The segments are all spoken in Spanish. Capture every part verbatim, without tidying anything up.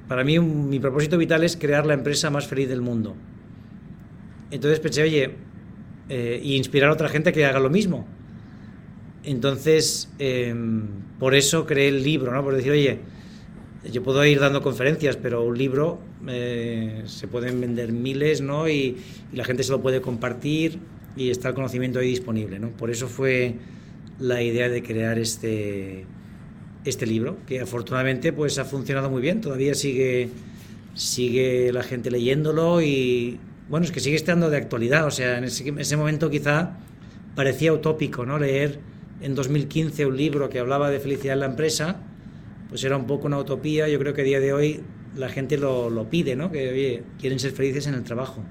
para mí un, mi propósito vital es crear la empresa más feliz del mundo. Entonces pensé, oye, eh, y inspirar a otra gente que haga lo mismo. Entonces, eh, por eso creé el libro, ¿no? Por decir, oye, yo puedo ir dando conferencias, pero un libro eh, se pueden vender miles, ¿no? Y, y la gente se lo puede compartir y está el conocimiento ahí disponible, ¿no? Por eso fue la idea de crear este, este libro, que afortunadamente pues ha funcionado muy bien. Todavía sigue, sigue la gente leyéndolo y, bueno, es que sigue estando de actualidad. O sea, en ese, en ese momento quizá parecía utópico, ¿no? Leer en dos mil quince un libro que hablaba de felicidad en la empresa, pues era un poco una utopía. Yo creo que a día de hoy la gente lo, lo pide, ¿no? Que, oye, quieren ser felices en el trabajo.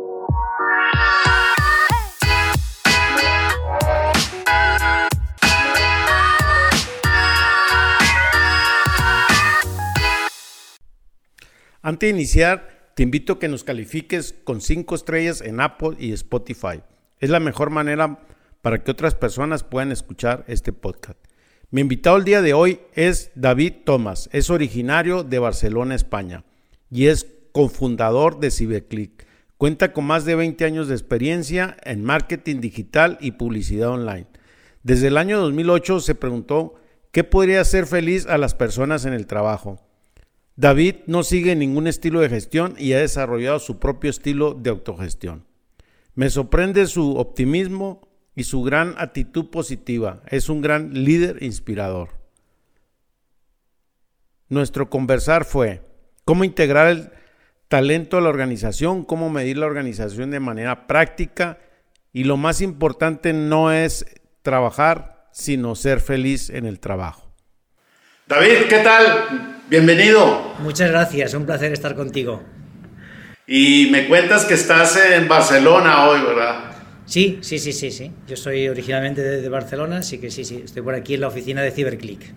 Antes de iniciar, te invito a que nos califiques con cinco estrellas en Apple y Spotify. Es la mejor manera para que otras personas puedan escuchar este podcast. Mi invitado el día de hoy es David Tomàs. Es originario de Barcelona, España, y es cofundador de Cyberclick. Cuenta con más de veinte años de experiencia en marketing digital y publicidad online. Desde el año dos mil ocho se preguntó qué podría hacer feliz a las personas en el trabajo. David no sigue ningún estilo de gestión y ha desarrollado su propio estilo de autogestión. Me sorprende su optimismo y su gran actitud positiva. Es un gran líder inspirador. Nuestro conversar fue cómo integrar el talento a la organización, cómo medir la organización de manera práctica y lo más importante no es trabajar, sino ser feliz en el trabajo. David, ¿qué tal? Bienvenido. Muchas gracias, un placer estar contigo. Y me cuentas que estás en Barcelona hoy, ¿verdad? Sí, sí, sí, sí, sí. Yo soy originalmente de, de Barcelona, así que sí, sí, estoy por aquí en la oficina de Cyberclick.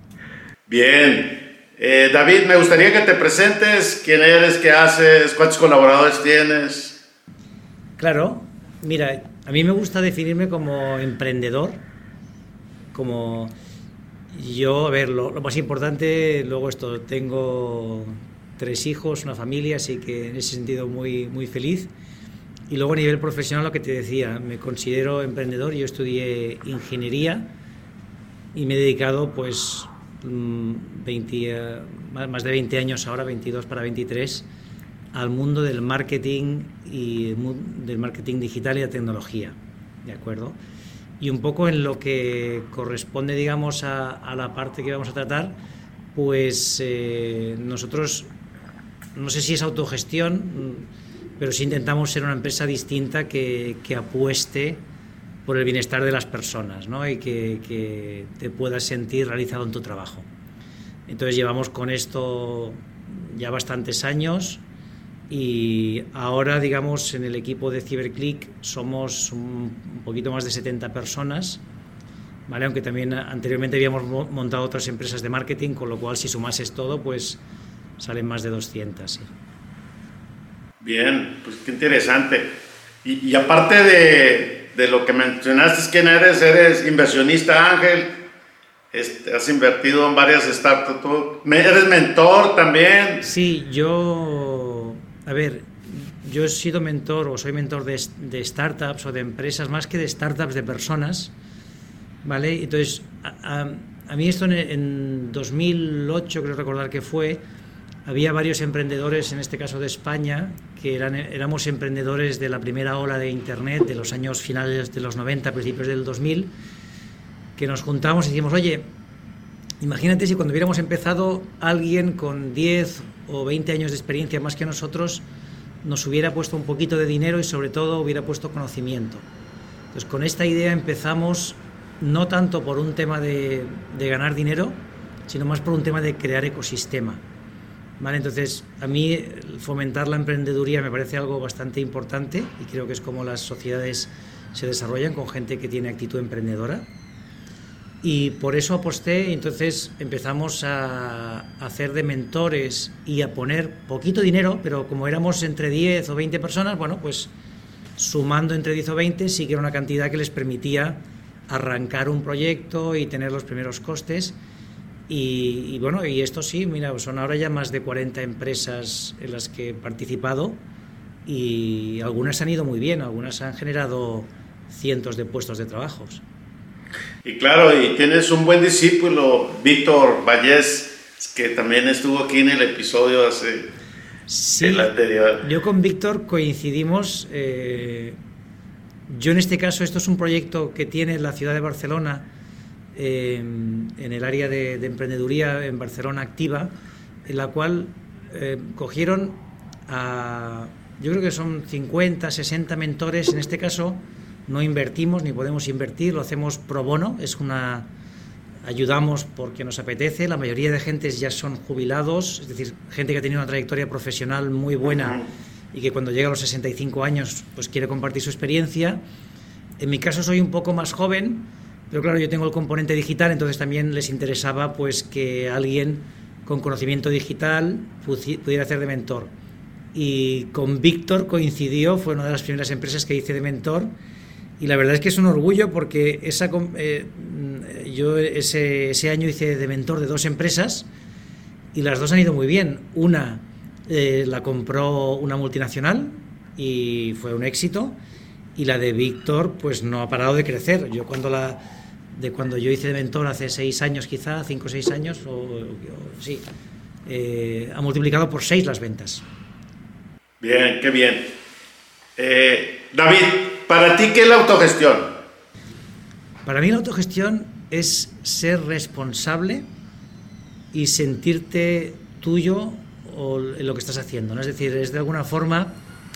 Bien. Eh, David, me gustaría que te presentes, quién eres, qué haces, cuántos colaboradores tienes. Claro, mira, a mí me gusta definirme como emprendedor, como... Yo, a ver, lo, lo más importante, luego esto, tengo tres hijos, una familia, así que en ese sentido muy, muy feliz. Y luego a nivel profesional, lo que te decía, me considero emprendedor. Yo estudié ingeniería y me he dedicado pues veinte, más de veinte años ahora, veintidós para veintitrés, al mundo del marketing y del marketing digital y la tecnología, ¿de acuerdo? Y un poco en lo que corresponde, digamos, a, a la parte que vamos a tratar, pues eh, nosotros, no sé si es autogestión, pero sí intentamos ser una empresa distinta que, que apueste por el bienestar de las personas, ¿no? Y que, que te puedas sentir realizado en tu trabajo. Entonces llevamos con esto ya bastantes años. Y ahora, digamos, en el equipo de Cyberclick somos un poquito más de setenta personas, ¿vale? Aunque también anteriormente habíamos montado otras empresas de marketing, con lo cual si sumases todo, pues salen más de doscientas. Sí. Bien, pues qué interesante. Y, y aparte de, de lo que mencionaste, ¿quién eres? Eres inversionista ángel, este, has invertido en varias startups, ¿tú? ¿Eres mentor también? Sí, yo... A ver, yo he sido mentor o soy mentor de, de startups o de empresas, más que de startups, de personas, ¿vale? Entonces, a, a, a mí esto en, en dos mil ocho, creo recordar que fue, había varios emprendedores, en este caso de España, que eran, éramos emprendedores de la primera ola de Internet, de los años finales de los noventa, principios del dos mil, que nos juntamos y decimos, oye, imagínate si cuando hubiéramos empezado alguien con diez o veinte años de experiencia más que nosotros nos hubiera puesto un poquito de dinero y sobre todo hubiera puesto conocimiento. Entonces con esta idea empezamos no tanto por un tema de, de ganar dinero, sino más por un tema de crear ecosistema, ¿vale? Entonces a mí fomentar la emprendeduría me parece algo bastante importante y creo que es como las sociedades se desarrollan, con gente que tiene actitud emprendedora. Y por eso aposté, y entonces empezamos a hacer de mentores y a poner poquito dinero, pero como éramos entre diez o veinte personas, bueno, pues sumando entre diez o veinte sí que era una cantidad que les permitía arrancar un proyecto y tener los primeros costes. Y, y bueno, y esto sí, mira, son ahora ya más de cuarenta empresas en las que he participado y algunas han ido muy bien, algunas han generado cientos de puestos de trabajos. Y claro, y tienes un buen discípulo, Víctor Vallés, que también estuvo aquí en el episodio hace sí, el anterior. Yo con Víctor coincidimos. Eh, yo en este caso, esto es un proyecto que tiene la ciudad de Barcelona, eh, en el área de, de emprendeduría en Barcelona Activa, en la cual eh, cogieron a, yo creo que son cincuenta, sesenta mentores. En este caso no invertimos ni podemos invertir, lo hacemos pro bono, es una, ayudamos porque nos apetece. La mayoría de gentes ya son jubilados, es decir, gente que ha tenido una trayectoria profesional muy buena y que cuando llega a los sesenta y cinco años pues quiere compartir su experiencia. En mi caso soy un poco más joven, pero claro, yo tengo el componente digital, entonces también les interesaba pues que alguien con conocimiento digital pudiera hacer de mentor. Y con Víctor coincidió, fue una de las primeras empresas que hice de mentor, y la verdad es que es un orgullo porque esa, eh, yo ese, ese año hice de mentor de dos empresas y las dos han ido muy bien. Una eh, la compró una multinacional y fue un éxito, y la de Víctor pues no ha parado de crecer. Yo cuando la de cuando yo hice de mentor hace seis años, quizá cinco o seis años, o, o sí, eh, ha multiplicado por seis las ventas. Bien, qué bien. Eh, David, ¿para ti qué es la autogestión? Para mí la autogestión es ser responsable y sentirte tuyo o en lo que estás haciendo, ¿no? Es decir, es de alguna forma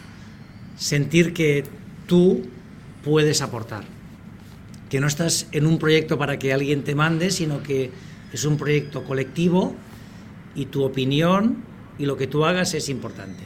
sentir que tú puedes aportar, que no estás en un proyecto para que alguien te mande, sino que es un proyecto colectivo y tu opinión y lo que tú hagas es importante.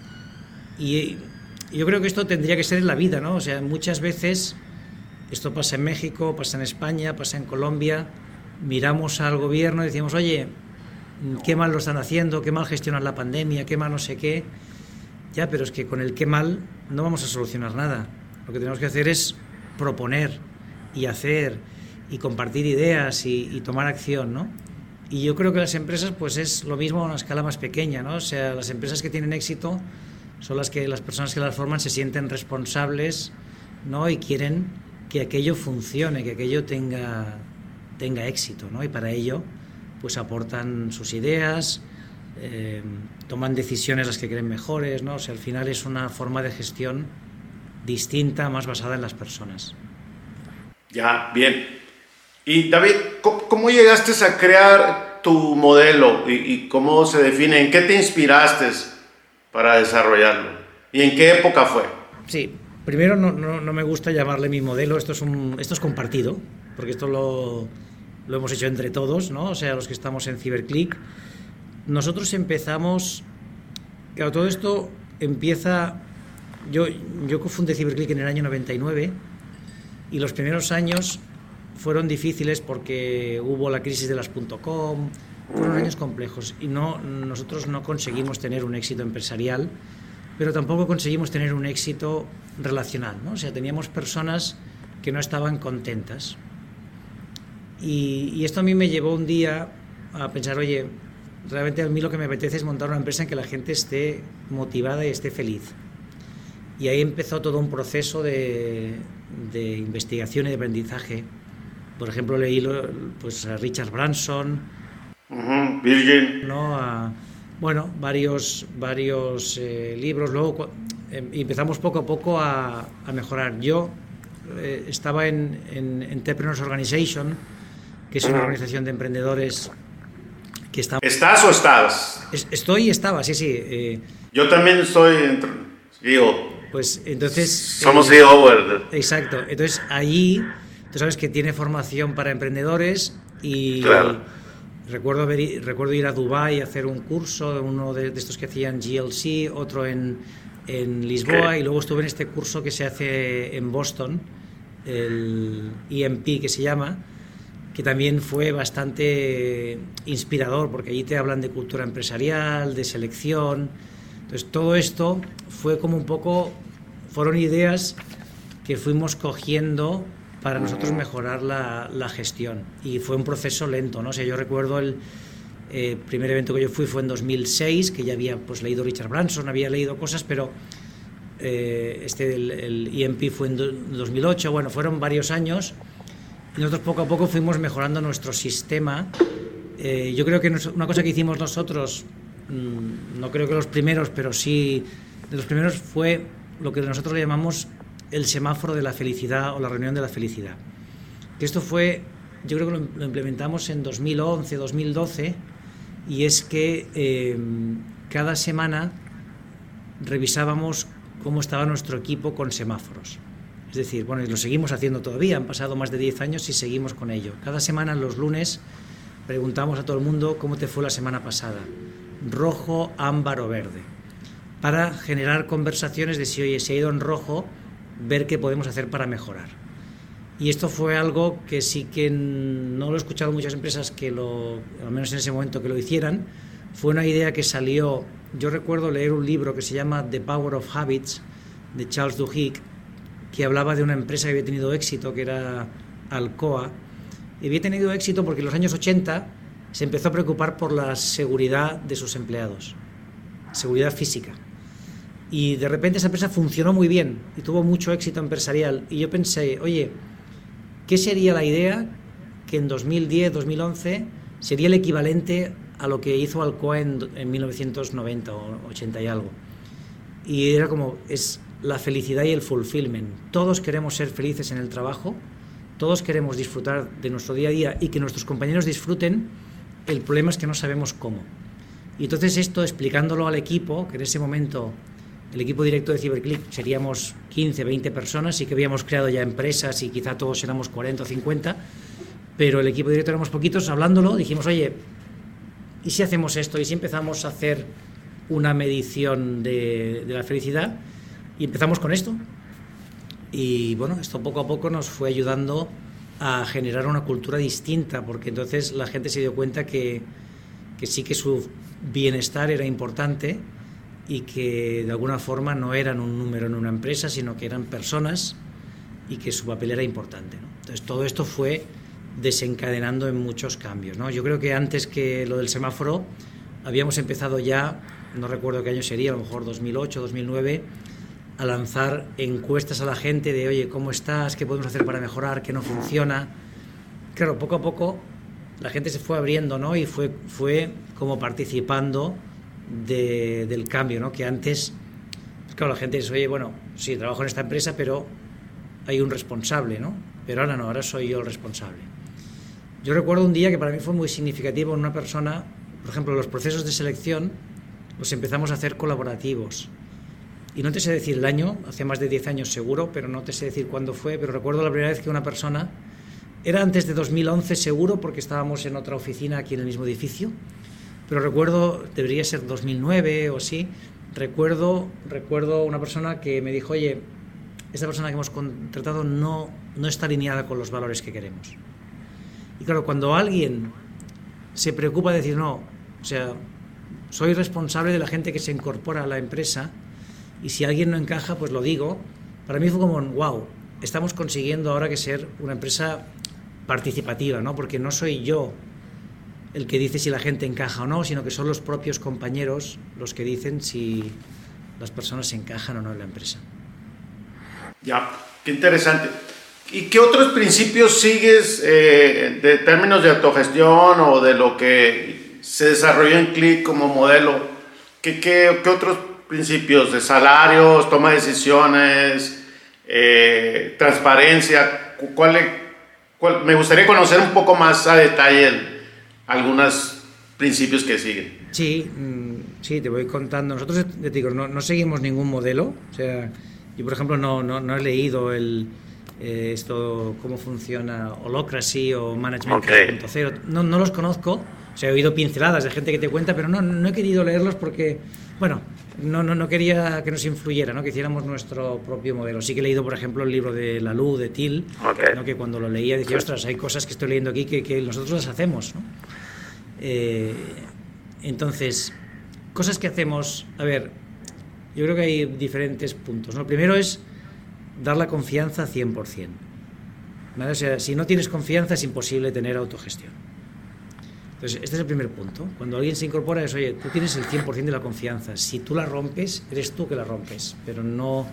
Y yo creo que esto tendría que ser en la vida, ¿no? O sea, muchas veces esto pasa en México, pasa en España, pasa en Colombia, miramos al gobierno y decimos, oye, qué mal lo están haciendo, qué mal gestionan la pandemia, qué mal no sé qué. Ya, pero es que con el qué mal no vamos a solucionar nada. Lo que tenemos que hacer es proponer y hacer y compartir ideas y, y tomar acción, ¿no? Y yo creo que las empresas pues es lo mismo a una escala más pequeña, ¿no? O sea, las empresas que tienen éxito son las que las personas que las forman se sienten responsables, ¿no? Y quieren que aquello funcione, que aquello tenga, tenga éxito, ¿no? Y para ello pues aportan sus ideas, eh, toman decisiones las que creen mejores, ¿no? O sea, al final es una forma de gestión distinta, más basada en las personas. Ya, bien. Y David, ¿cómo, cómo llegaste a crear tu modelo y, y cómo se define? ¿En qué te inspiraste para desarrollarlo? ¿Y en qué época fue? Sí, primero no, no, no me gusta llamarle mi modelo, esto es, un, esto es compartido, porque esto lo, lo hemos hecho entre todos, ¿no? O sea, los que estamos en CiberClick. Nosotros empezamos, claro, todo esto empieza, yo, yo cofundé CiberClick en el año noventa y nueve y los primeros años fueron difíciles porque hubo la crisis de las .com, fueron años complejos y no, nosotros no conseguimos tener un éxito empresarial, pero tampoco conseguimos tener un éxito relacional, ¿no? O sea, teníamos personas que no estaban contentas. Y, y esto a mí me llevó un día a pensar, oye, realmente a mí lo que me apetece es montar una empresa en que la gente esté motivada y esté feliz. Y ahí empezó todo un proceso de, de investigación y de aprendizaje. Por ejemplo, leí lo, pues, a Richard Branson, uh-huh. Virgin, ¿no? A, bueno, varios, varios eh, libros. Luego eh, empezamos poco a poco a, a mejorar. Yo eh, estaba en, en Entrepreneurs Organization, que es una uh-huh. organización de emprendedores que está... ¿Estás o estás? Es, estoy y estaba, sí, sí. Eh, Yo también estoy entre, digo... Pues entonces... Somos eh, C E O, ¿verdad? Exacto. Entonces allí, tú sabes que tiene formación para emprendedores y claro. recuerdo, ver, recuerdo ir a Dubái a hacer un curso, uno de, de estos que hacían G L C, otro en, en Lisboa, okay. Y luego estuve en este curso que se hace en Boston, el E M P que se llama, que también fue bastante inspirador porque allí te hablan de cultura empresarial, de selección. Entonces todo esto fue como un poco, fueron ideas que fuimos cogiendo para nosotros mejorar la, la gestión. Y fue un proceso lento, ¿no? O sea, yo recuerdo el eh, primer evento que yo fui fue en dos mil seis, que ya había pues leído Richard Branson, había leído cosas, pero eh, este el, el E M P fue en do, dos mil ocho, bueno, fueron varios años, y nosotros poco a poco fuimos mejorando nuestro sistema. Eh, yo creo que nos, una cosa que hicimos nosotros, mmm, no creo que los primeros, pero sí de los primeros, fue lo que nosotros le llamamos el semáforo de la felicidad o la reunión de la felicidad. Que esto fue, yo creo que lo, lo implementamos en dos mil once, dos mil doce, y es que eh, cada semana revisábamos cómo estaba nuestro equipo con semáforos. Es decir, bueno, y lo seguimos haciendo todavía, han pasado más de diez años y seguimos con ello. Cada semana, los lunes, preguntamos a todo el mundo cómo te fue la semana pasada, rojo, ámbar o verde, para generar conversaciones de si, oye, si ha ido en rojo, ver qué podemos hacer para mejorar. Y esto fue algo que sí que no lo he escuchado en muchas empresas que lo, al menos en ese momento, que lo hicieran. Fue una idea que salió, yo recuerdo leer un libro que se llama The Power of Habits, de Charles Duhigg, que hablaba de una empresa que había tenido éxito, que era Alcoa, y había tenido éxito porque en los años ochenta se empezó a preocupar por la seguridad de sus empleados, seguridad física. Y de repente esa empresa funcionó muy bien y tuvo mucho éxito empresarial. Y yo pensé, oye, ¿qué sería la idea que en dos mil diez, dos mil once sería el equivalente a lo que hizo Alcoa en, en mil novecientos noventa o ochenta y algo? Y era como, es la felicidad y el fulfillment. Todos queremos ser felices en el trabajo, todos queremos disfrutar de nuestro día a día y que nuestros compañeros disfruten. El problema es que no sabemos cómo. Y entonces esto, explicándolo al equipo, que en ese momento el equipo directo de CyberClick seríamos quince, veinte personas, y que habíamos creado ya empresas y quizá todos éramos cuarenta o cincuenta, pero el equipo directo éramos poquitos. Hablándolo, dijimos, oye, ¿y si hacemos esto? ¿Y si empezamos a hacer una medición de, de la felicidad? Y empezamos con esto. Y bueno, esto poco a poco nos fue ayudando a generar una cultura distinta, porque entonces la gente se dio cuenta que, que sí que su bienestar era importante, y que de alguna forma no eran un número en una empresa, sino que eran personas y que su papel era importante, ¿no? Entonces todo esto fue desencadenando en muchos cambios, ¿no? Yo creo que antes que lo del semáforo habíamos empezado ya, no recuerdo qué año sería, a lo mejor dos mil ocho, dos mil nueve, a lanzar encuestas a la gente de, oye, ¿cómo estás? ¿Qué podemos hacer para mejorar? ¿Qué no funciona? Claro, poco a poco la gente se fue abriendo, ¿no? Y fue, fue como participando De, del cambio, ¿no? Que antes, pues claro, la gente dice, oye, bueno, sí, trabajo en esta empresa, pero hay un responsable, ¿no? Pero ahora no, ahora soy yo el responsable. Yo recuerdo un día que para mí fue muy significativo en una persona, por ejemplo, los procesos de selección los empezamos a hacer colaborativos. Y no te sé decir el año, hace más de diez años seguro, pero no te sé decir cuándo fue, pero recuerdo la primera vez que una persona, era antes de dos mil once seguro, porque estábamos en otra oficina aquí en el mismo edificio, pero recuerdo, debería ser dos mil nueve o así, recuerdo, recuerdo una persona que me dijo, oye, esta persona que hemos contratado no, no está alineada con los valores que queremos. Y claro, cuando alguien se preocupa de decir, no, o sea, soy responsable de la gente que se incorpora a la empresa, y si alguien no encaja, pues lo digo, para mí fue como, wow, estamos consiguiendo ahora que ser una empresa participativa, ¿no? Porque no soy yo el que dice si la gente encaja o no, sino que son los propios compañeros los que dicen si las personas encajan o no en la empresa. Ya, qué interesante. ¿Y qué otros principios sigues eh, de términos de autogestión o de lo que se desarrolló en Click como modelo? ¿Qué, qué, qué otros principios de salarios, toma de decisiones, eh, transparencia? ¿Cuál, cuál, me gustaría conocer un poco más a detalle el, algunos principios que siguen. Sí, sí, te voy contando. Nosotros, te digo, no, no seguimos ningún modelo. O sea, yo, por ejemplo, no, no, no he leído el, eh, esto, cómo funciona Holacracy o Management okay. tres punto cero. No, no los conozco. O sea, he oído pinceladas de gente que te cuenta, pero no, no he querido leerlos porque, bueno, no, no, no quería que nos influyera, ¿no? Que hiciéramos nuestro propio modelo. Sí que he leído, por ejemplo, el libro de Laloux, de Thiel, okay. ¿no? Que cuando lo leía decía, ostras, hay cosas que estoy leyendo aquí que, que nosotros las hacemos, ¿no? Eh, entonces, cosas que hacemos, a ver, yo creo que hay diferentes puntos, ¿no? El primero es dar la confianza cien por ciento. ¿vale? O sea, si no tienes confianza es imposible tener autogestión. Entonces, este es el primer punto. Cuando alguien se incorpora es, oye, tú tienes el cien por ciento de la confianza. Si tú la rompes, eres tú que la rompes, pero no,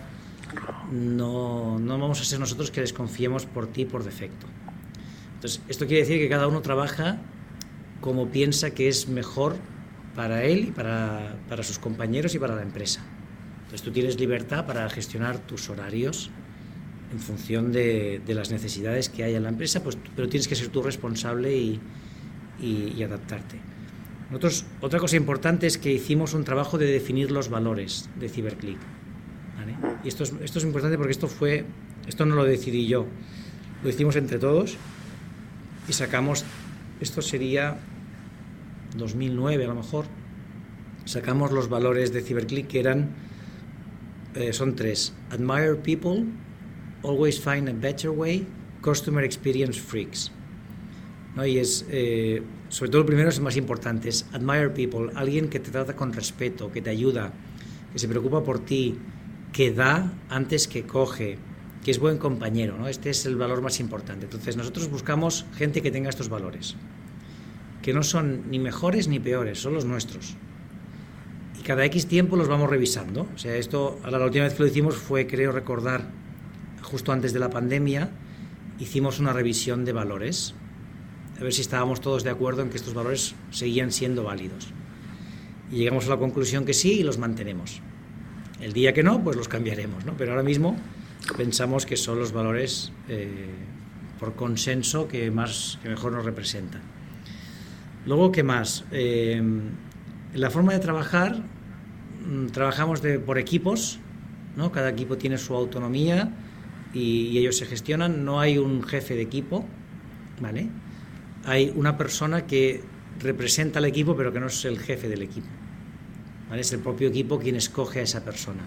no, no vamos a ser nosotros que desconfiemos por ti por defecto. Entonces, esto quiere decir que cada uno trabaja como piensa que es mejor para él y para, para sus compañeros y para la empresa. Entonces, tú tienes libertad para gestionar tus horarios en función de, de las necesidades que haya en la empresa, pues, pero tienes que ser tú responsable y, y, y adaptarte. Nosotros, otra cosa importante es que hicimos un trabajo de definir los valores de CyberClick, ¿vale? Y esto es, esto es importante porque esto fue, esto no lo decidí yo, lo hicimos entre todos y sacamos, esto sería dos mil nueve a lo mejor, sacamos los valores de CyberClick que eran, eh, son tres: admire people, always find a better way, customer experience freaks, ¿no? Y es, eh, sobre todo el primero es el más importante, es admire people, alguien que te trata con respeto, que te ayuda, que se preocupa por ti, que da antes que coge, que es buen compañero, ¿no? Este es el valor más importante. Entonces nosotros buscamos gente que tenga estos valores, que no son ni mejores ni peores, son los nuestros. Y cada X tiempo los vamos revisando. O sea, esto, ahora la última vez que lo hicimos fue, creo recordar, justo antes de la pandemia, hicimos una revisión de valores, a ver si estábamos todos de acuerdo en que estos valores seguían siendo válidos. Y llegamos a la conclusión que sí y los mantenemos. El día que no, pues los cambiaremos, ¿no? Pero ahora mismo pensamos que son los valores eh, por consenso que, más, que mejor nos representan. Luego, ¿qué más? Eh, en la forma de trabajar, trabajamos de, por equipos, ¿no? Cada equipo tiene su autonomía y, y ellos se gestionan. No hay un jefe de equipo, ¿vale? Hay una persona que representa al equipo, pero que no es el jefe del equipo, ¿vale? Es el propio equipo quien escoge a esa persona.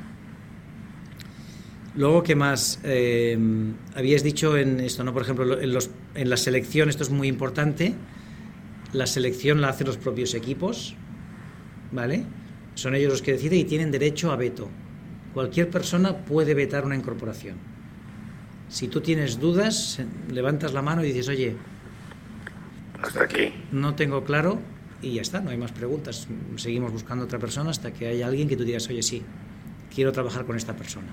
Luego, ¿qué más? Eh, habías dicho en esto, ¿no? Por ejemplo, en, los, en la selección, esto es muy importante. La selección la hacen los propios equipos, ¿vale? Son ellos los que deciden y tienen derecho a veto. Cualquier persona puede vetar una incorporación. Si tú tienes dudas, levantas la mano y dices, oye, hasta aquí. No tengo claro, y ya está, no hay más preguntas. Seguimos buscando otra persona hasta que haya alguien que tú digas, oye, sí, quiero trabajar con esta persona.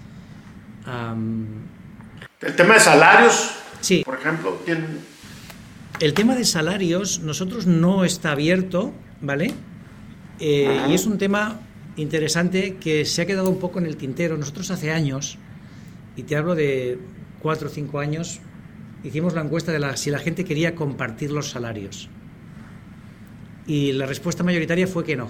Um, El tema de salarios, sí. Por ejemplo, ¿quién? El tema de salarios, nosotros no está abierto, ¿vale? Eh, y es un tema interesante que se ha quedado un poco en el tintero. Nosotros hace años, y te hablo de cuatro o cinco años, hicimos la encuesta de la, si la gente quería compartir los salarios. Y la respuesta mayoritaria fue que no.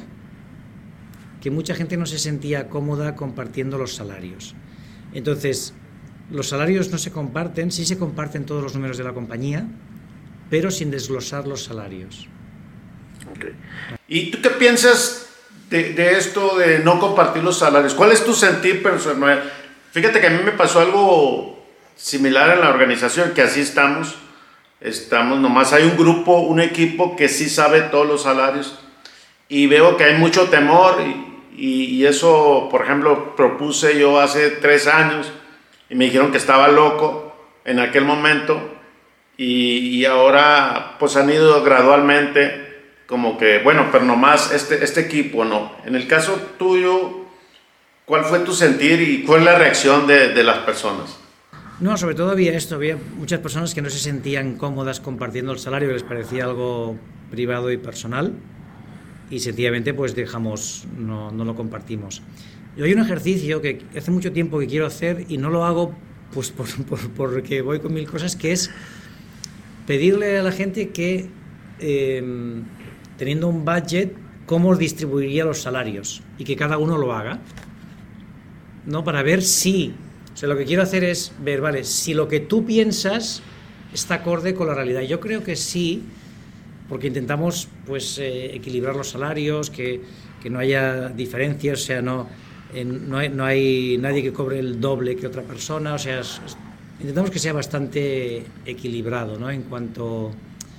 Que mucha gente no se sentía cómoda compartiendo los salarios. Entonces, los salarios no se comparten, sí se comparten todos los números de la compañía, pero sin desglosar los salarios. Okay. ¿Y tú qué piensas de, de esto de no compartir los salarios? ¿Cuál es tu sentir personal? Fíjate que a mí me pasó algo similar en la organización, que así estamos. Estamos, nomás hay un grupo, un equipo que sí sabe todos los salarios y veo que hay mucho temor y, y, y eso, por ejemplo, propuse yo hace tres años y me dijeron que estaba loco en aquel momento y, y ahora pues han ido gradualmente como que, bueno, pero nomás este, este equipo no. En el caso tuyo, ¿cuál fue tu sentir y cuál es la reacción de, de las personas? No, sobre todo había esto, había muchas personas que no se sentían cómodas compartiendo el salario, que les parecía algo privado y personal y sencillamente pues dejamos, no, no lo compartimos. Yo hay un ejercicio que hace mucho tiempo que quiero hacer y no lo hago pues por, por, porque voy con mil cosas, que es pedirle a la gente que eh, teniendo un budget, cómo distribuiría los salarios y que cada uno lo haga, ¿no? Para ver si... O sea, lo que quiero hacer es ver, vale, si lo que tú piensas está acorde con la realidad. Yo creo que sí, porque intentamos pues eh, equilibrar los salarios, que, que no haya diferencias, o sea, no, eh, no, hay, no hay nadie que cobre el doble que otra persona, o sea, es, es, intentamos que sea bastante equilibrado, ¿no? En cuanto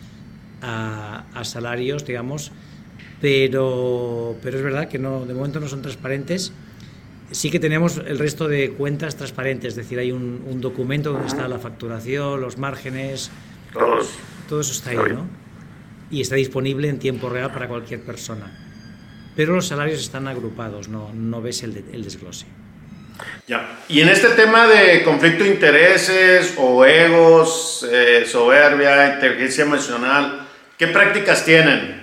a, a salarios, digamos, pero, pero es verdad que no, de momento no son transparentes. sí que tenemos el resto de cuentas transparentes, es decir, hay un, un documento donde está la facturación, los márgenes, Todos. todo eso está ahí, ¿no? Y está disponible en tiempo real para cualquier persona. Pero los salarios están agrupados, no, no ves el, de, el desglose. Ya. Y en este tema de conflicto de intereses o egos, eh, soberbia, inteligencia emocional, ¿qué prácticas tienen?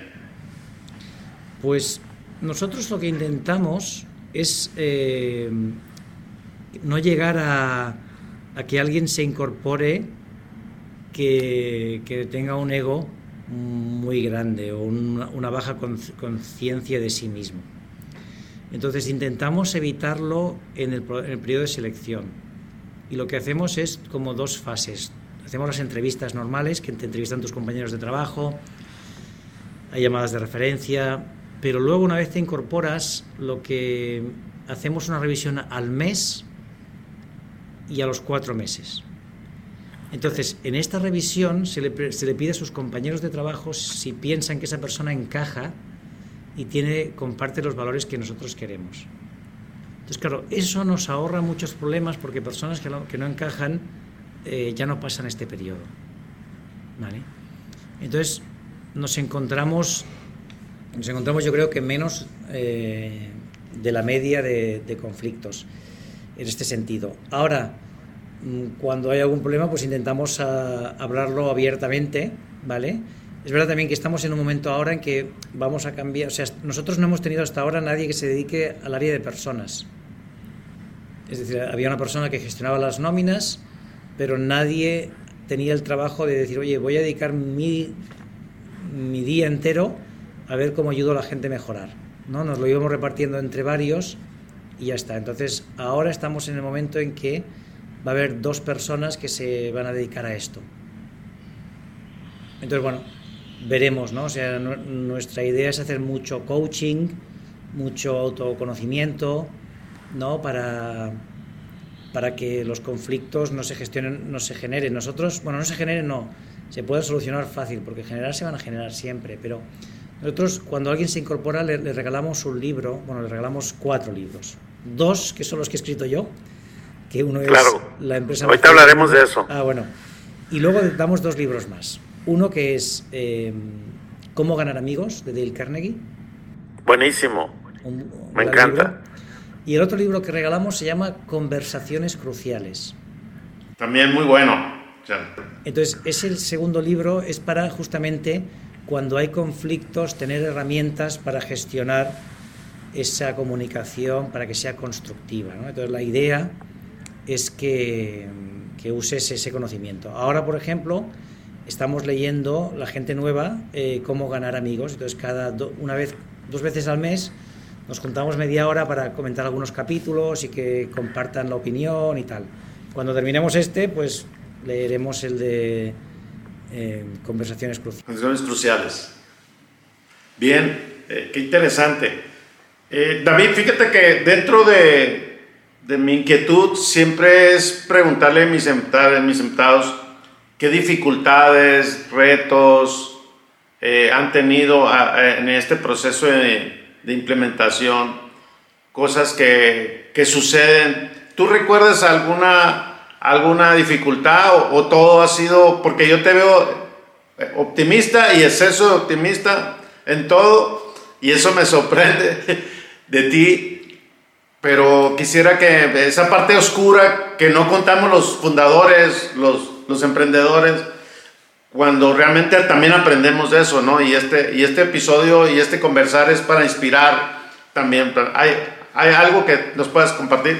Pues nosotros lo que intentamos es eh, no llegar a, a que alguien se incorpore que, que tenga un ego muy grande o una, una baja conciencia de sí mismo. Entonces intentamos evitarlo en el, en el periodo de selección y lo que hacemos es como dos fases. Hacemos las entrevistas normales, que te entrevistan tus compañeros de trabajo, hay llamadas de referencia, pero luego una vez te incorporas, lo que hacemos una revisión al mes y a los cuatro meses. Entonces, en esta revisión se le, se le pide a sus compañeros de trabajo si piensan que esa persona encaja y tiene, comparte los valores que nosotros queremos. Entonces, claro, eso nos ahorra muchos problemas porque personas que no, que no encajan eh, ya no pasan este periodo. ¿Vale? Entonces, nos encontramos, nos encontramos yo creo que menos eh, de la media de, de conflictos en este sentido. Ahora, cuando hay algún problema, pues intentamos a, hablarlo abiertamente, ¿vale? Es verdad también que estamos en un momento ahora en que vamos a cambiar, o sea, nosotros no hemos tenido hasta ahora nadie que se dedique al área de personas. Es decir, había una persona que gestionaba las nóminas, pero nadie tenía el trabajo de decir, oye, voy a dedicar mi, mi día entero a ver cómo ayudo a la gente a mejorar, ¿no? Nos lo íbamos repartiendo entre varios y ya está. Entonces, ahora estamos en el momento en que va a haber dos personas que se van a dedicar a esto. Entonces, bueno, veremos, ¿no? O sea, no, nuestra idea es hacer mucho coaching, mucho autoconocimiento, ¿no? Para, para que los conflictos no se gestionen, no se generen. Nosotros, bueno, no se generen, no, se pueden solucionar fácil, porque generar se van a generar siempre, pero nosotros cuando alguien se incorpora le, le regalamos un libro, bueno, le regalamos cuatro libros, dos que son los que he escrito yo, que uno es claro. La empresa... Ahorita hablaremos de eso. Ah, bueno. Y luego damos dos libros más. Uno que es eh, Cómo ganar amigos, de Dale Carnegie. Buenísimo. Un, un Me encanta. Libro. Y el otro libro que regalamos se llama Conversaciones cruciales. También muy bueno. Ya. Entonces, ese el segundo libro es para justamente cuando hay conflictos tener herramientas para gestionar esa comunicación, para que sea constructiva, ¿no? Entonces, la idea es que, que uses ese conocimiento. Ahora, por ejemplo, estamos leyendo la gente nueva eh, Cómo ganar amigos. Entonces, cada do, una vez, dos veces al mes nos juntamos media hora para comentar algunos capítulos y que compartan la opinión y tal. Cuando terminemos este, pues leeremos el de eh, Conversaciones Cruciales. Conversaciones Cruciales. Bien, eh, qué interesante. Eh, David, fíjate que dentro de de mi inquietud siempre es preguntarle a mis invitados, mis invitados qué dificultades, retos eh, han tenido a, a, en este proceso de, de implementación, cosas que, que suceden. ¿Tú recuerdas alguna, alguna dificultad o, o todo ha sido, porque yo te veo optimista y exceso de optimista en todo y eso me sorprende de ti? Pero quisiera que esa parte oscura que no contamos los fundadores, los, los emprendedores, cuando realmente también aprendemos de eso, ¿no? Y este, y este episodio y este conversar es para inspirar también. ¿Hay, hay algo que nos puedas compartir?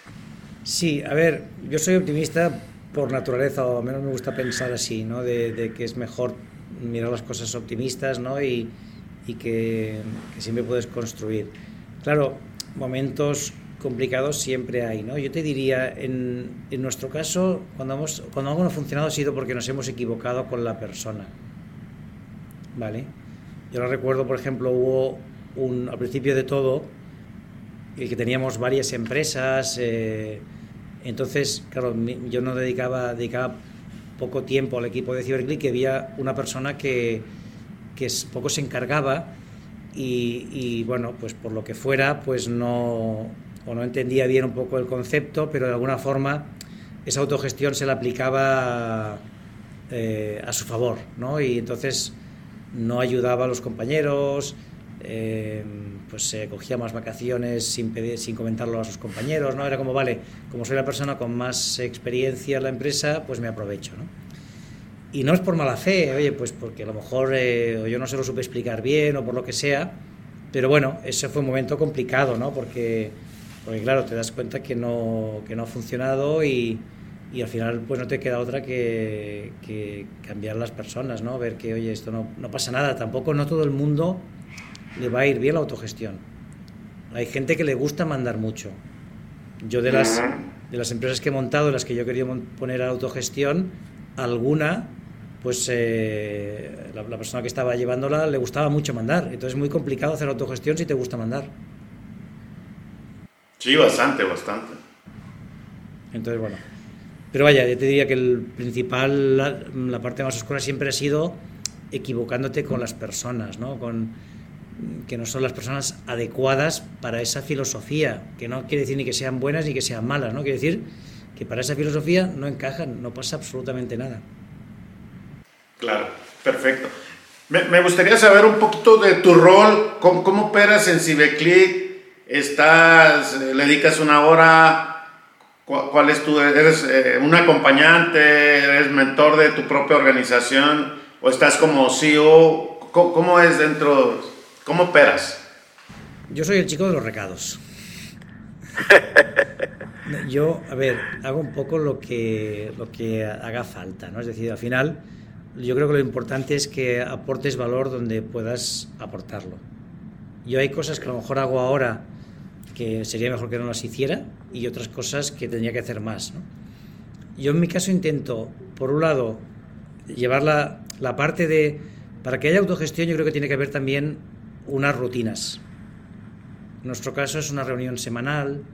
Sí, a ver, yo soy optimista por naturaleza, o al menos me gusta pensar así, ¿no? De, de que es mejor mirar las cosas optimistas, ¿no? Y, y que, que siempre puedes construir. Claro, momentos complicados siempre hay, ¿no? Yo te diría, en, en nuestro caso, cuando, hemos, cuando algo no ha funcionado ha sido porque nos hemos equivocado con la persona, ¿vale? Yo lo recuerdo, por ejemplo, hubo un, al principio de todo, el que teníamos varias empresas, eh, entonces, claro, yo no dedicaba, dedicaba poco tiempo al equipo de CyberClick, que había una persona que, que poco se encargaba. Y, y bueno, pues por lo que fuera, pues no, o no entendía bien un poco el concepto, pero de alguna forma esa autogestión se la aplicaba eh, a su favor, ¿no? Y entonces no ayudaba a los compañeros, eh, pues se eh, cogía más vacaciones sin pedir, sin comentarlo a sus compañeros, ¿no? Era como, vale, como soy la persona con más experiencia en la empresa, pues me aprovecho, ¿no? Y no es por mala fe, oye, pues porque a lo mejor eh, yo no se lo supe explicar bien o por lo que sea, pero bueno, ese fue un momento complicado, ¿no? Porque, porque claro, te das cuenta que no, que no ha funcionado y, y al final pues no te queda otra que, que cambiar las personas, ¿no? Ver que, oye, esto no, no pasa nada, tampoco no todo el mundo le va a ir bien la autogestión. Hay gente que le gusta mandar mucho. Yo de las, de las empresas que he montado, de las que yo quería poner a autogestión, alguna... pues eh, la, la persona que estaba llevándola le gustaba mucho mandar. Entonces es muy complicado hacer autogestión si te gusta mandar. Sí, bastante, bastante. Entonces, bueno. Pero vaya, yo te diría que el principal, la, la parte más oscura siempre ha sido equivocándote con las personas, ¿no? Con, que no son las personas adecuadas para esa filosofía, que no quiere decir ni que sean buenas ni que sean malas, ¿no? Quiere decir que para esa filosofía no encajan, no pasa absolutamente nada. Claro, perfecto. Me, me gustaría saber un poquito de tu rol, cómo, cómo operas en Cibeclic, estás, le dedicas una hora, ¿cuál, cuál es tu, eres eh, un acompañante, eres mentor de tu propia organización o estás como C E O? ¿Cómo, cómo es dentro, cómo operas? Yo soy el chico de los recados. Yo, a ver, hago un poco lo que, lo que haga falta, ¿no? Es decir, al final... yo creo que lo importante es que aportes valor donde puedas aportarlo. Yo hay cosas que a lo mejor hago ahora que sería mejor que no las hiciera y otras cosas que tendría que hacer más, ¿no? Yo en mi caso intento, por un lado, llevar la, la parte de... Para que haya autogestión yo creo que tiene que haber también unas rutinas. En nuestro caso es una reunión semanal,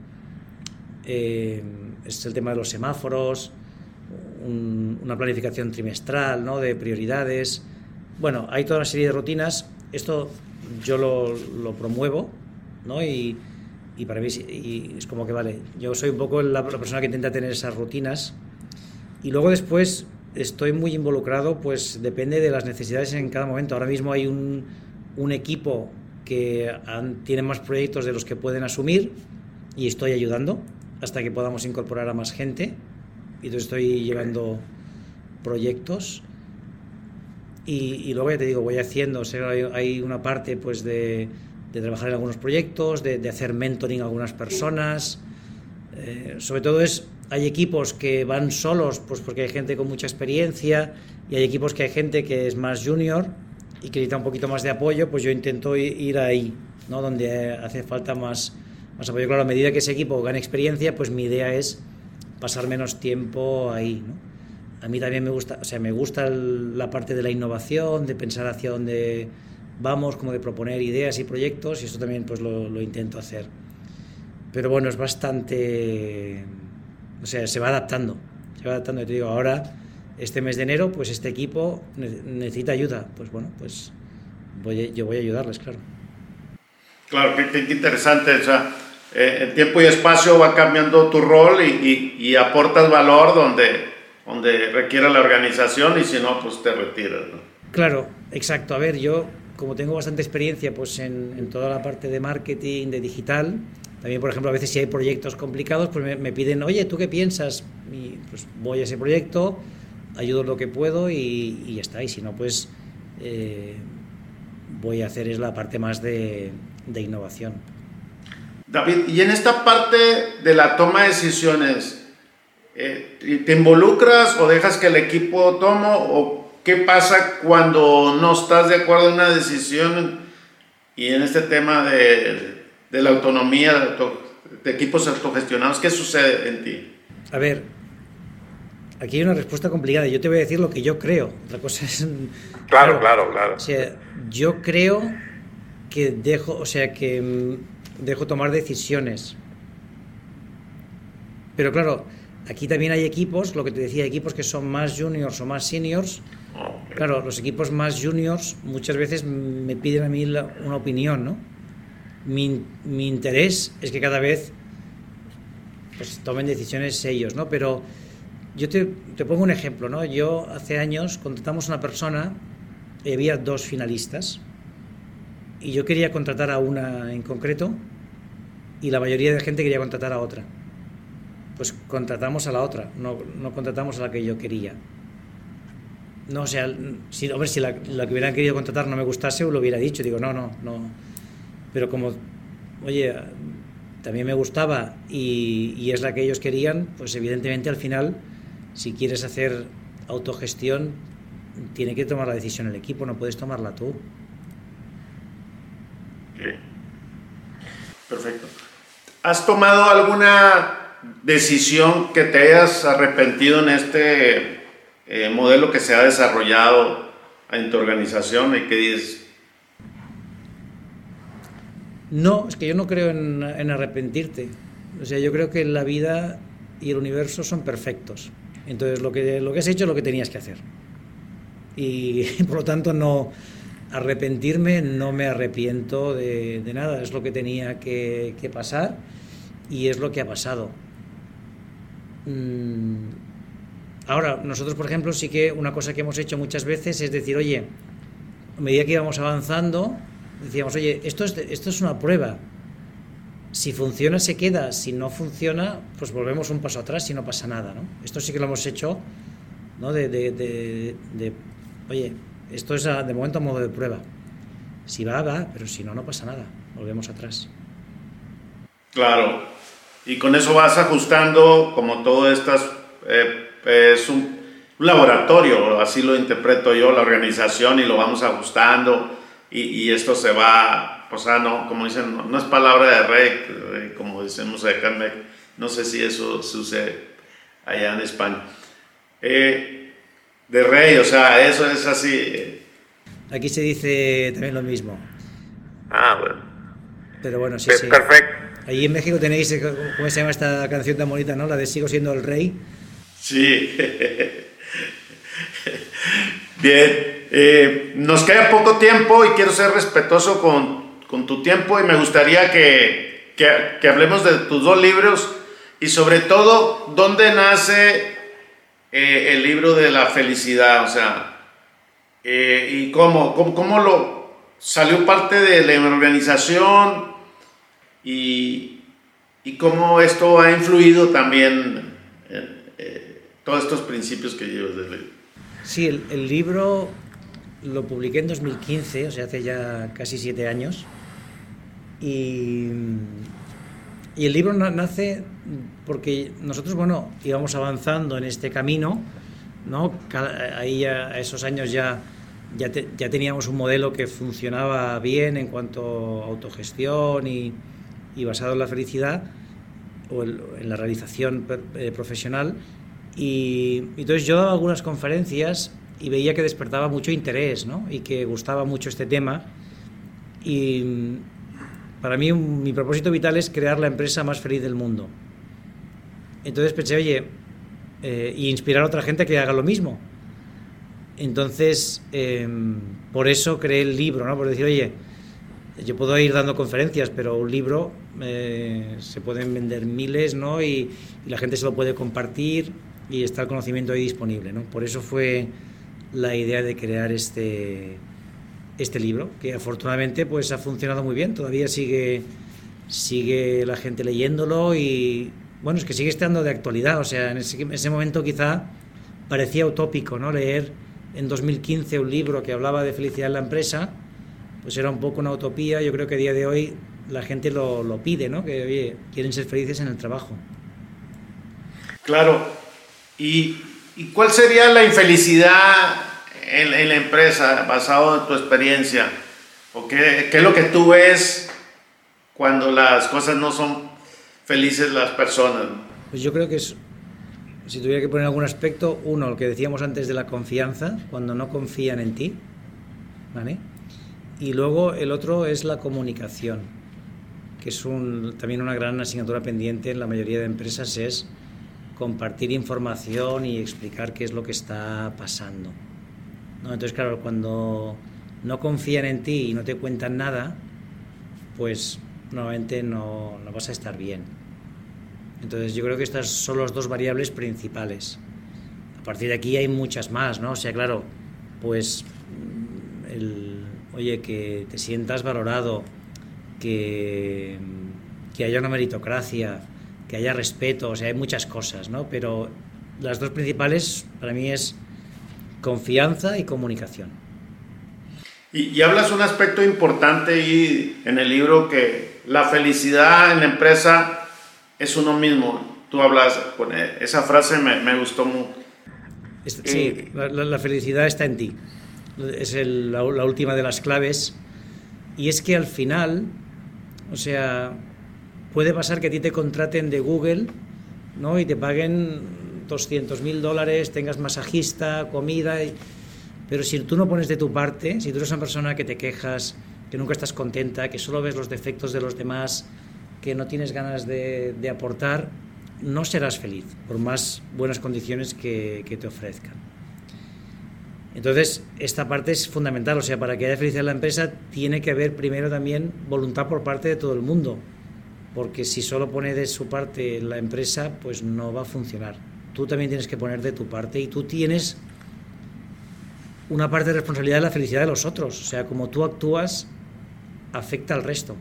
eh, es el tema de los semáforos, Un, una planificación trimestral, ¿no? De prioridades. Bueno, hay toda una serie de rutinas. Esto yo lo, lo promuevo, ¿no? Y, y para mí y es como que, vale, yo soy un poco la, la persona que intenta tener esas rutinas. Y luego después estoy muy involucrado, pues depende de las necesidades en cada momento. Ahora mismo hay un, un equipo que han, tiene más proyectos de los que pueden asumir y estoy ayudando hasta que podamos incorporar a más gente. Y entonces estoy llevando proyectos y, y luego ya te digo, voy haciendo, o sea, hay, hay una parte pues de, de trabajar en algunos proyectos, de, de hacer mentoring a algunas personas, eh, sobre todo es, hay equipos que van solos pues porque hay gente con mucha experiencia y hay equipos que hay gente que es más junior y que necesita un poquito más de apoyo, pues yo intento ir ahí, ¿no? Donde hace falta más, más apoyo. Claro, a medida que ese equipo gane experiencia, pues mi idea es pasar menos tiempo ahí, ¿no? A mí también me gusta, o sea, me gusta el, la parte de la innovación, de pensar hacia dónde vamos, como de proponer ideas y proyectos, y eso también pues lo, lo intento hacer. Pero bueno, es bastante, o sea, se va adaptando, se va adaptando. Yo te digo, ahora, este mes de enero, pues este equipo necesita ayuda, pues bueno, pues voy, yo voy a ayudarles, claro. Claro, qué, qué interesante, o sea, Eh, el tiempo y espacio va cambiando tu rol y, y, y aportas valor donde, donde requiera la organización y si no, pues te retiras, ¿no? Claro, exacto. A ver, yo como tengo bastante experiencia pues en, en toda la parte de marketing, de digital, también por ejemplo a veces si hay proyectos complicados pues me, me piden, oye, ¿tú qué piensas? Y pues voy a ese proyecto, ayudo lo que puedo y, y ya está. Y si no, pues eh, voy a hacer es la parte más de, de innovación. David, y en esta parte de la toma de decisiones, eh, ¿te involucras o dejas que el equipo tome? ¿O qué pasa cuando no estás de acuerdo en una decisión? Y en este tema de, de la autonomía, de, auto, de equipos autogestionados, ¿qué sucede en ti? A ver, aquí hay una respuesta complicada. Yo te voy a decir lo que yo creo. Otra cosa es... Claro, claro, claro. O sea, yo creo que dejo, o sea, que... dejo tomar decisiones. Pero claro, aquí también hay equipos, lo que te decía, equipos que son más juniors o más seniors. Claro, los equipos más juniors muchas veces me piden a mí la, una opinión, ¿no? Mi, mi interés es que cada vez pues tomen decisiones ellos, ¿no? Pero yo te, te pongo un ejemplo, ¿no? Yo hace años contratamos a una persona y había dos finalistas y yo quería contratar a una en concreto y la mayoría de gente quería contratar a otra. Pues contratamos a la otra, no, no contratamos a la que yo quería. No, o sea, si, hombre, si la, la que hubieran querido contratar no me gustase, lo hubiera dicho. Digo, no, no, no. Pero como, oye, también me gustaba y, y es la que ellos querían, pues evidentemente al final, si quieres hacer autogestión, tiene que tomar la decisión el equipo, no puedes tomarla tú. Okay. Perfecto. ¿Has tomado alguna decisión que te hayas arrepentido en este eh, modelo que se ha desarrollado en tu organización y que dices? No, es que yo no creo en, en arrepentirte. O sea, yo creo que la vida y el universo son perfectos. Entonces, lo que, lo que has hecho es lo que tenías que hacer. Y por lo tanto, no arrepentirme, no me arrepiento de, de nada. Es lo que tenía que, que pasar y es lo que ha pasado. Ahora, nosotros, por ejemplo, sí que una cosa que hemos hecho muchas veces es decir, oye, a medida que íbamos avanzando, decíamos, oye, esto es, esto es una prueba. Si funciona, se queda. Si no funciona, pues volvemos un paso atrás y no pasa nada, ¿no? Esto sí que lo hemos hecho, ¿no? De, de, de, de oye, esto es a, de momento a modo de prueba. Si va, va, pero si no, no pasa nada. Volvemos atrás. Claro. Y con eso vas ajustando, como todo estas, eh, es un, un laboratorio, así lo interpreto yo, la organización, y lo vamos ajustando, y, y esto se va, o sea, no, como dicen, no, no es palabra de rey, eh, como decimos acá en México, no sé si eso sucede allá en España. Eh, de rey, o sea, eso es así. Eh. Aquí se dice también lo mismo. Ah, bueno. Pero bueno, sí, P- sí. Perfecto. Allí en México tenéis, ¿cómo se llama esta canción tan bonita, no? La de Sigo siendo el rey. Sí. Bien. Eh, nos queda poco tiempo y quiero ser respetuoso con, con tu tiempo y me gustaría que, que, que hablemos de tus dos libros y sobre todo, ¿dónde nace eh, el libro de la felicidad? O sea, eh, y cómo, cómo, cómo lo salió parte de la organización. Y, y cómo esto ha influido también en eh, todos estos principios que llevas del libro. Sí, el, el libro lo publiqué en dos mil quince, o sea, hace ya casi siete años. Y, y el libro nace porque nosotros, bueno, íbamos avanzando en este camino, ¿no? Cada, ahí ya, a esos años ya, ya, te, ya teníamos un modelo que funcionaba bien en cuanto a autogestión y y basado en la felicidad o en la realización profesional y, y entonces yo daba algunas conferencias y veía que despertaba mucho interés, ¿no? Y que gustaba mucho este tema y para mí un, mi propósito vital es crear la empresa más feliz del mundo. Entonces pensé, oye, eh, y inspirar a otra gente a que haga lo mismo. Entonces eh, por eso creé el libro, ¿no? Por decir, oye, yo puedo ir dando conferencias, pero un libro eh, se pueden vender miles, ¿no? Y, y la gente se lo puede compartir y está el conocimiento ahí disponible, ¿no? Por eso fue la idea de crear este, este libro, que afortunadamente pues ha funcionado muy bien. Todavía sigue, sigue la gente leyéndolo y, bueno, es que sigue estando de actualidad. O sea, en ese, en ese momento quizá parecía utópico, ¿no? Leer en dos mil quince un libro que hablaba de felicidad en la empresa, pues era un poco una utopía. Yo creo que a día de hoy la gente lo, lo pide, ¿no? Que, oye, quieren ser felices en el trabajo. Claro. ¿Y, y cuál sería la infelicidad en, en la empresa, basado en tu experiencia? ¿O qué, qué es lo que tú ves cuando las cosas no son felices las personas? Pues yo creo que es, si tuviera que poner algún aspecto, uno, el que decíamos antes de la confianza, cuando no confían en ti, ¿vale? Y luego el otro es la comunicación, que es un, también una gran asignatura pendiente en la mayoría de empresas, es compartir información y explicar qué es lo que está pasando, ¿no? Entonces, claro, cuando no confían en ti y no te cuentan nada, pues normalmente no, no vas a estar bien. Entonces yo creo que estas son las dos variables principales. A partir de aquí hay muchas más, ¿no? O sea, claro, pues, el, oye, que te sientas valorado, que, que haya una meritocracia, que haya respeto, o sea, hay muchas cosas, ¿no? Pero las dos principales para mí es confianza y comunicación. Y, y hablas un aspecto importante ahí en el libro, que la felicidad en la empresa es uno mismo. Tú hablas con esa frase, me, me gustó mucho. Sí, eh, la, la felicidad está en ti. Es el, la, la última de las claves. Y es que al final, o sea, puede pasar que a ti te contraten de Google, ¿no? Y te paguen doscientos mil dólares, tengas masajista, comida, y, pero si tú no pones de tu parte, si tú eres una persona que te quejas, que nunca estás contenta, que solo ves los defectos de los demás, que no tienes ganas de, de aportar, no serás feliz, por más buenas condiciones que, que te ofrezcan. Entonces, esta parte es fundamental, o sea, para que haya felicidad en la empresa, tiene que haber primero también voluntad por parte de todo el mundo, porque si solo pone de su parte la empresa, pues no va a funcionar. Tú también tienes que poner de tu parte y tú tienes una parte de responsabilidad de la felicidad de los otros, o sea, como tú actúas, afecta al resto.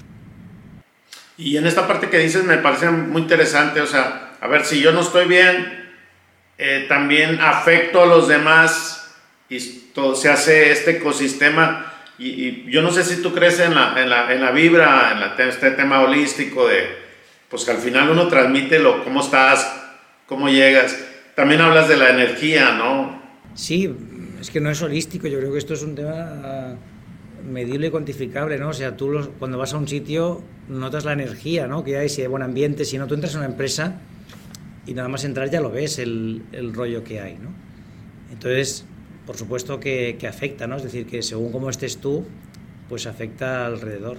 Y en esta parte que dices me parece muy interesante, o sea, a ver, si yo no estoy bien, eh, también afecto a los demás y todo, se hace este ecosistema. Y, y yo no sé si tú crees en la, en la, en la vibra, en la, este tema holístico de, pues que al final uno transmite lo, cómo estás, cómo llegas. También hablas de la energía, ¿no? Sí, es que no es holístico, yo creo que esto es un tema medible y cuantificable, ¿no? O sea, tú los, cuando vas a un sitio notas la energía, ¿no? Que hay, si hay buen ambiente, si no, tú entras en una empresa y nada más entrar ya lo ves, el, el rollo que hay, ¿no? Entonces, por supuesto que, que afecta, ¿no? Es decir, que según cómo estés tú, pues afecta alrededor.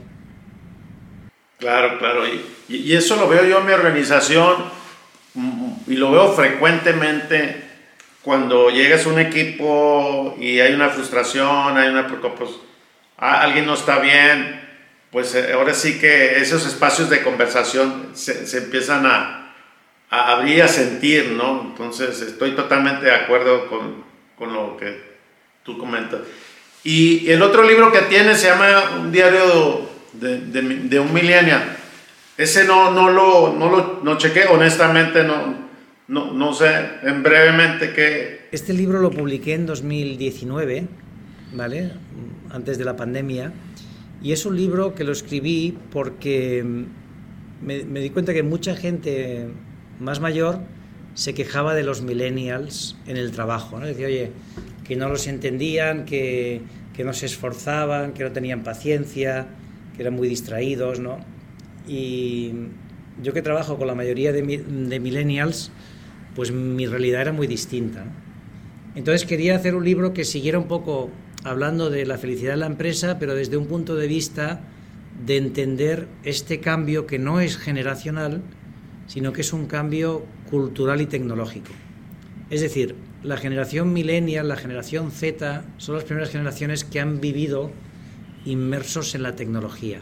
Claro, claro, y, y eso lo veo yo en mi organización y lo veo frecuentemente cuando llegas a un equipo y hay una frustración, hay una preocupación, alguien no está bien, pues ahora sí que esos espacios de conversación se, se empiezan a, a abrir, a sentir, ¿no? Entonces estoy totalmente de acuerdo con, con lo que tú comentas. Y el otro libro que tiene se llama Un diario de, de, de un millennial. Ese no, no lo no lo no chequé, honestamente no, no, no sé, en brevemente qué. Este libro lo publiqué en dos mil diecinueve, ¿vale? Antes de la pandemia, y es un libro que lo escribí porque me, me di cuenta que mucha gente más mayor se quejaba de los millennials en el trabajo, ¿no? Decía, oye, que no los entendían, que, que no se esforzaban, que no tenían paciencia, que eran muy distraídos, ¿no? Y yo que trabajo con la mayoría de, de millennials, pues mi realidad era muy distinta, ¿no? Entonces quería hacer un libro que siguiera un poco hablando de la felicidad de la empresa, pero desde un punto de vista de entender este cambio que no es generacional, sino que es un cambio cultural y tecnológico. Es decir, la generación millennial, la generación Z, son las primeras generaciones que han vivido inmersos en la tecnología.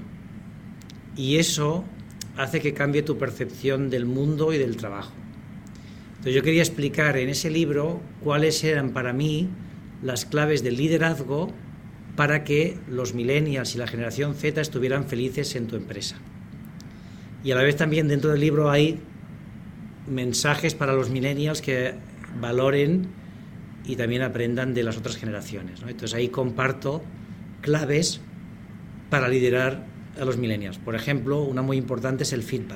Y eso hace que cambie tu percepción del mundo y del trabajo. Entonces yo quería explicar en ese libro cuáles eran para mí las claves del liderazgo para que los millennials y la generación Z estuvieran felices en tu empresa. Y a la vez también dentro del libro hay mensajes para los millennials que valoren y también aprendan de las otras generaciones, ¿no? Entonces ahí comparto claves para liderar a los millennials. Por ejemplo, una muy importante es el feedback.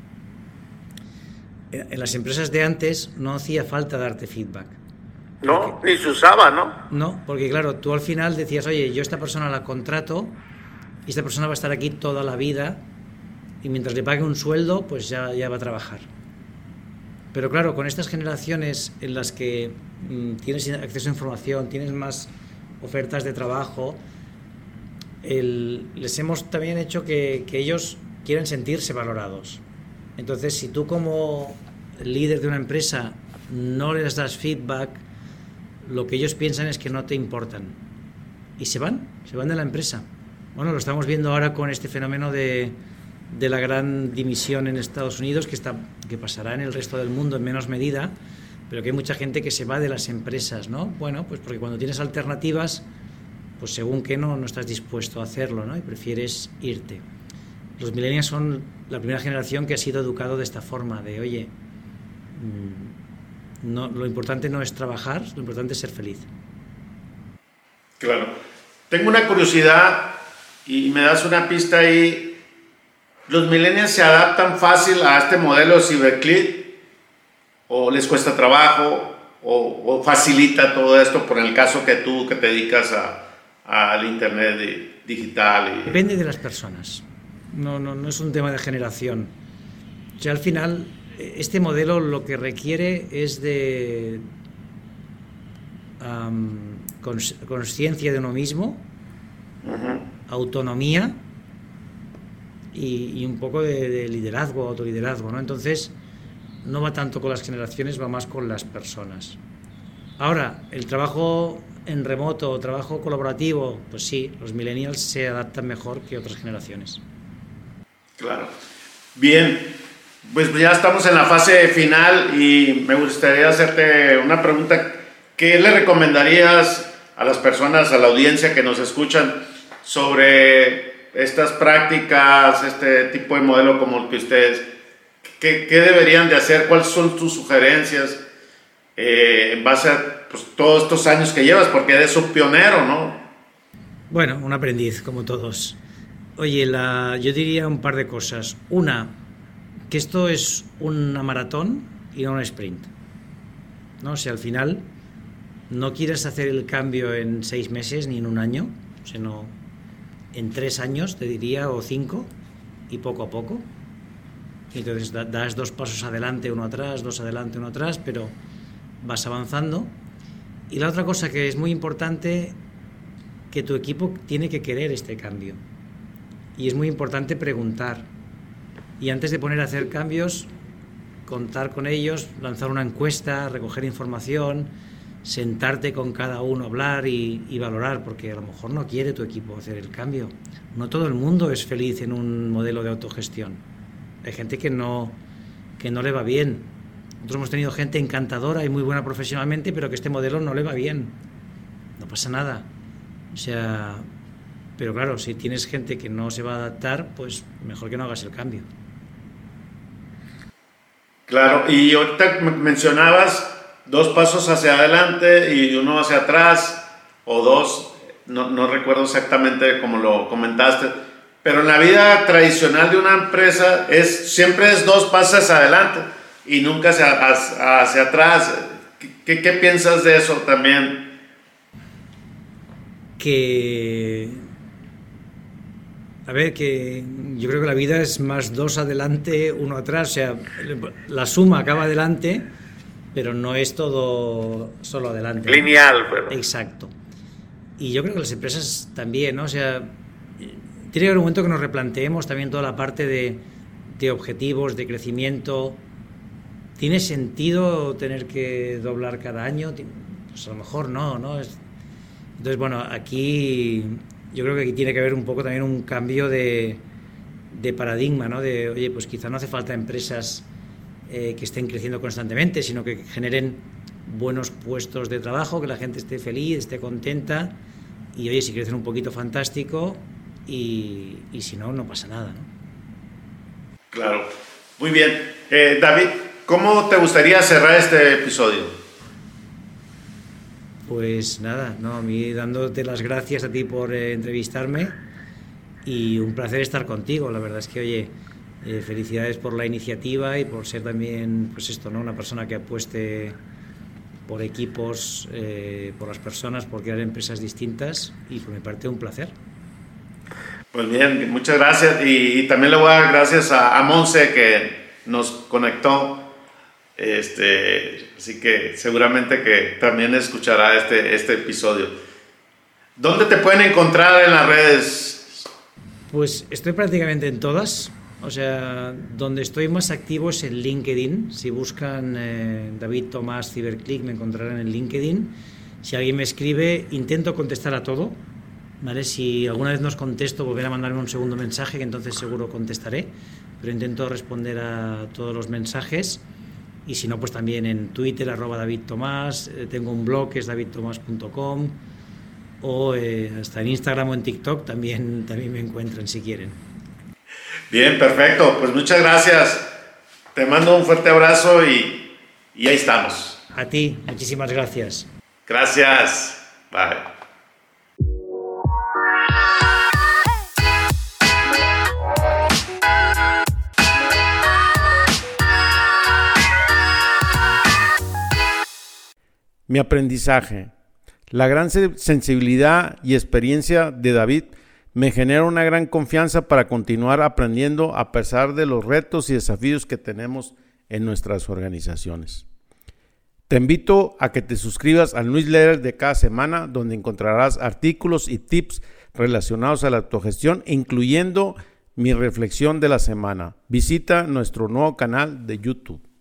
En las empresas de antes no hacía falta darte feedback. No, ni se usaba, ¿no? No, porque claro, tú al final decías, oye, yo esta persona la contrato y esta persona va a estar aquí toda la vida y mientras le pague un sueldo, pues ya, ya va a trabajar. Pero claro, con estas generaciones en las que mmm, tienes acceso a información, tienes más ofertas de trabajo, el, les hemos también hecho que, que ellos quieren sentirse valorados. Entonces, si tú como líder de una empresa no les das feedback, lo que ellos piensan es que no te importan. Y se van, se van de la empresa. Bueno, lo estamos viendo ahora con este fenómeno de, de la gran dimisión en Estados Unidos, que, está, que pasará en el resto del mundo en menos medida, pero que hay mucha gente que se va de las empresas, ¿no? Bueno, pues porque cuando tienes alternativas, pues según que no, no estás dispuesto a hacerlo, ¿no? Y prefieres irte. Los millennials son la primera generación que ha sido educado de esta forma, de oye, no, lo importante no es trabajar, lo importante es ser feliz. Claro. Tengo una curiosidad y me das una pista ahí. ¿Los millennials se adaptan fácil a este modelo CyberClick o les cuesta trabajo o, o facilita todo esto por el caso que tú que te dedicas a, al internet digital? Y... Depende de las personas, no, no, no es un tema de generación. O sea, al final este modelo lo que requiere es de um, cons- consciencia de uno mismo, uh-huh. autonomía y, y un poco de, de liderazgo, autoliderazgo, ¿no? Entonces, no va tanto con las generaciones, va más con las personas. Ahora, el trabajo en remoto o trabajo colaborativo, pues sí, los millennials se adaptan mejor que otras generaciones. Claro. Bien, pues ya estamos en la fase final y me gustaría hacerte una pregunta. ¿Qué le recomendarías a las personas, a la audiencia que nos escuchan sobre estas prácticas, este tipo de modelo como el que ustedes, qué, qué deberían de hacer? ¿Cuáles son tus sugerencias eh, en base a pues, todos estos años que llevas? Porque eres un pionero, ¿no? Bueno, un aprendiz, como todos. Oye, la, yo diría un par de cosas. Una, que esto es una maratón y no un sprint, ¿no? O sea, al final no quieres hacer el cambio en seis meses ni en un año, sino en tres años, te diría, o cinco, y poco a poco. Y entonces das dos pasos adelante, uno atrás, dos adelante, uno atrás, pero vas avanzando. Y la otra cosa que es muy importante, que tu equipo tiene que querer este cambio. Y es muy importante preguntar. Y antes de poner a hacer cambios, contar con ellos, lanzar una encuesta, recoger información, sentarte con cada uno, hablar y, y valorar, porque a lo mejor no quiere tu equipo hacer el cambio. No todo el mundo es feliz en un modelo de autogestión. Hay gente que no, que no le va bien. Nosotros hemos tenido gente encantadora y muy buena profesionalmente, pero que este modelo no le va bien. No pasa nada. O sea, pero claro, si tienes gente que no se va a adaptar, pues mejor que no hagas el cambio. Claro, y ahorita mencionabas dos pasos hacia adelante y uno hacia atrás, o dos, no, no recuerdo exactamente cómo lo comentaste, pero en la vida tradicional de una empresa es, siempre es dos pasos hacia adelante y nunca hacia, hacia, hacia atrás. ¿Qué, qué piensas de eso también? Que... A ver, que yo creo que la vida es más dos adelante, uno atrás, o sea, la suma acaba adelante, pero no es todo solo adelante. Lineal, ¿verdad? Exacto. Y yo creo que las empresas también, ¿no? O sea, tiene que haber un momento que nos replanteemos también toda la parte de, de objetivos, de crecimiento. ¿Tiene sentido tener que doblar cada año? Pues a lo mejor no, ¿no? Entonces, bueno, aquí... Yo creo que aquí tiene que haber un poco también un cambio de, de paradigma, ¿no? De, oye, pues quizá no hace falta empresas eh, que estén creciendo constantemente, sino que generen buenos puestos de trabajo, que la gente esté feliz, esté contenta, y oye, si crecen un poquito, fantástico, y, y si no, no pasa nada, ¿no? Claro. Muy bien. Eh, David, ¿cómo te gustaría cerrar este episodio? Pues nada, no, a mí dándote las gracias a ti por eh, entrevistarme y un placer estar contigo. La verdad es que, oye, eh, felicidades por la iniciativa y por ser también, pues esto, ¿no? Una persona que apueste por equipos, eh, por las personas, por crear empresas distintas, y por mi parte un placer. Pues bien, muchas gracias, y, y también le voy a dar gracias a, a Monse que nos conectó. Este, así que seguramente que también escuchará este, este episodio. ¿Dónde te pueden encontrar en las redes? Pues estoy prácticamente en todas. O sea, donde estoy más activo es en LinkedIn. Si buscan eh, David Tomás CyberClick me encontrarán en LinkedIn. Si alguien me escribe, intento contestar a todo. ¿vale? Si alguna vez no os contesto, volver a mandarme un segundo mensaje, que entonces seguro contestaré, pero intento responder a todos los mensajes. Y si no, pues también en Twitter, arroba David Tomás, eh, tengo un blog que es david tomás punto com, o eh, hasta en Instagram o en TikTok también, también me encuentran si quieren. Bien, perfecto, pues muchas gracias. Te mando un fuerte abrazo y, y ahí estamos. A ti, muchísimas gracias. Gracias, bye. Mi aprendizaje. La gran sensibilidad y experiencia de David me genera una gran confianza para continuar aprendiendo a pesar de los retos y desafíos que tenemos en nuestras organizaciones. Te invito a que te suscribas al newsletter de cada semana, donde encontrarás artículos y tips relacionados a la autogestión, incluyendo mi reflexión de la semana. Visita nuestro nuevo canal de YouTube.